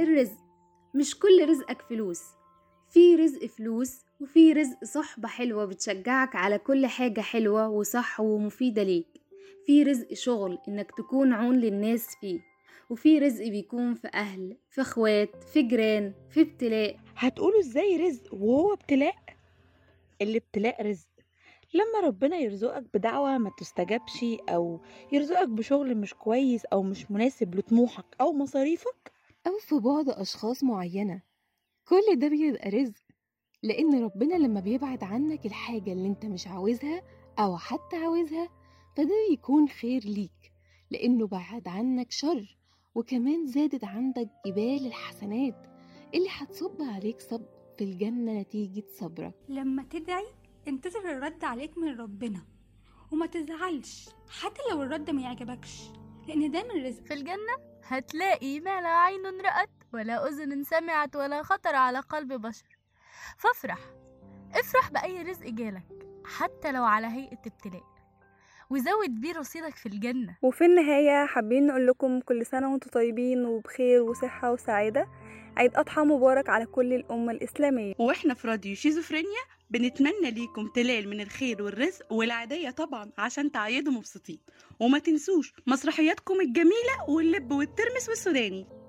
الرزق، مش كل رزقك فلوس، في رزق فلوس وفي رزق صحبة حلوة بتشجعك على كل حاجة حلوة وصح ومفيدة ليك، في رزق شغل انك تكون عون للناس فيه، وفي رزق بيكون في اهل، في اخوات، في جيران، في ابتلاء. هتقولوا ازاي رزق وهو ابتلاء؟ الابتلاء رزق. لما ربنا يرزقك بدعوة ما تستجابش، او يرزقك بشغل مش كويس او مش مناسب لطموحك او مصاريفك، أو في بعد أشخاص معينة، كل ده بيبقى رزق. لأن ربنا لما بيبعد عنك الحاجة اللي انت مش عاوزها أو حتى عاوزها، فده بيكون خير ليك، لأنه بعد عنك شر، وكمان زادت عندك جبال الحسنات اللي هتصب عليك صب في الجنة نتيجة صبرك. لما تدعي انتظر الرد عليك من ربنا، وما تزعلش حتى لو الرد ما يعجبكش، لأن ده من رزق. في الجنة هتلاقي ما لا عين رأت ولا أذن سمعت ولا خطر على قلب بشر. افرح بأي رزق جالك حتى لو على هيئة ابتلاء، وزود بيه رصيدك في الجنة. وفي النهاية حابين نقول لكم كل سنة وانتم طيبين وبخير وصحة وسعادة. عيد أضحى مبارك على كل الأمة الإسلامية. واحنا في راديو شيزوفرينيا بنتمنى ليكم تلال من الخير والرزق والعادية طبعا عشان تعيدوا مبسوطين، وما تنسوش مسرحياتكم الجميلة واللب والترمس والسوداني.